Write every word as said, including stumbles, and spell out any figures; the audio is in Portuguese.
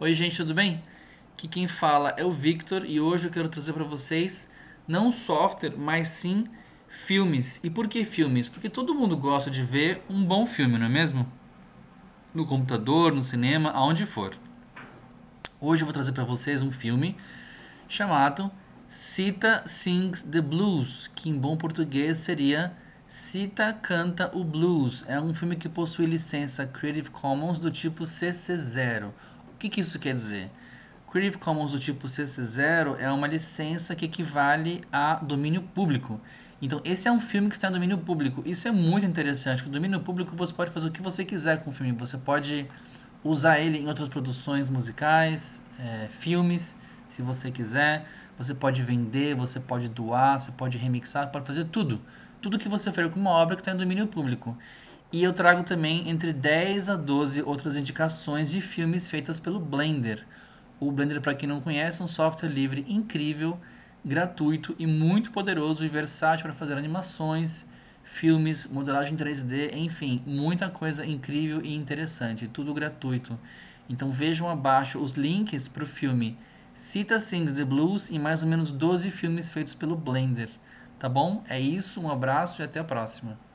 Oi, gente, tudo bem? Aqui quem fala é o Victor e hoje eu quero trazer para vocês não software, mas sim filmes. E por que filmes? Porque todo mundo gosta de ver um bom filme, não é mesmo? No computador, no cinema, aonde for. Hoje eu vou trazer para vocês um filme chamado Sita Sings the Blues, que em bom português seria Sita Canta o Blues. É um filme que possui licença Creative Commons do tipo C C zero. O que, que isso quer dizer? Creative Commons do tipo C C zero é uma licença que equivale a domínio público. Então, esse é um filme que está em domínio público. Isso é muito interessante. Com o domínio público, você pode fazer o que você quiser com o filme. Você pode usar ele em outras produções musicais, é, filmes, se você quiser. Você pode vender, você pode doar, você pode remixar, pode fazer tudo. Tudo que você for com uma obra que está em domínio público. E eu trago também entre dez a doze outras indicações de filmes feitas pelo Blender. O Blender, para quem não conhece, é um software livre incrível, gratuito e muito poderoso e versátil para fazer animações, filmes, modelagem três D, enfim, muita coisa incrível e interessante, tudo gratuito. Então vejam abaixo os links para o filme Sita Sings the Blues e mais ou menos doze filmes feitos pelo Blender. Tá bom? É isso, um abraço e até a próxima.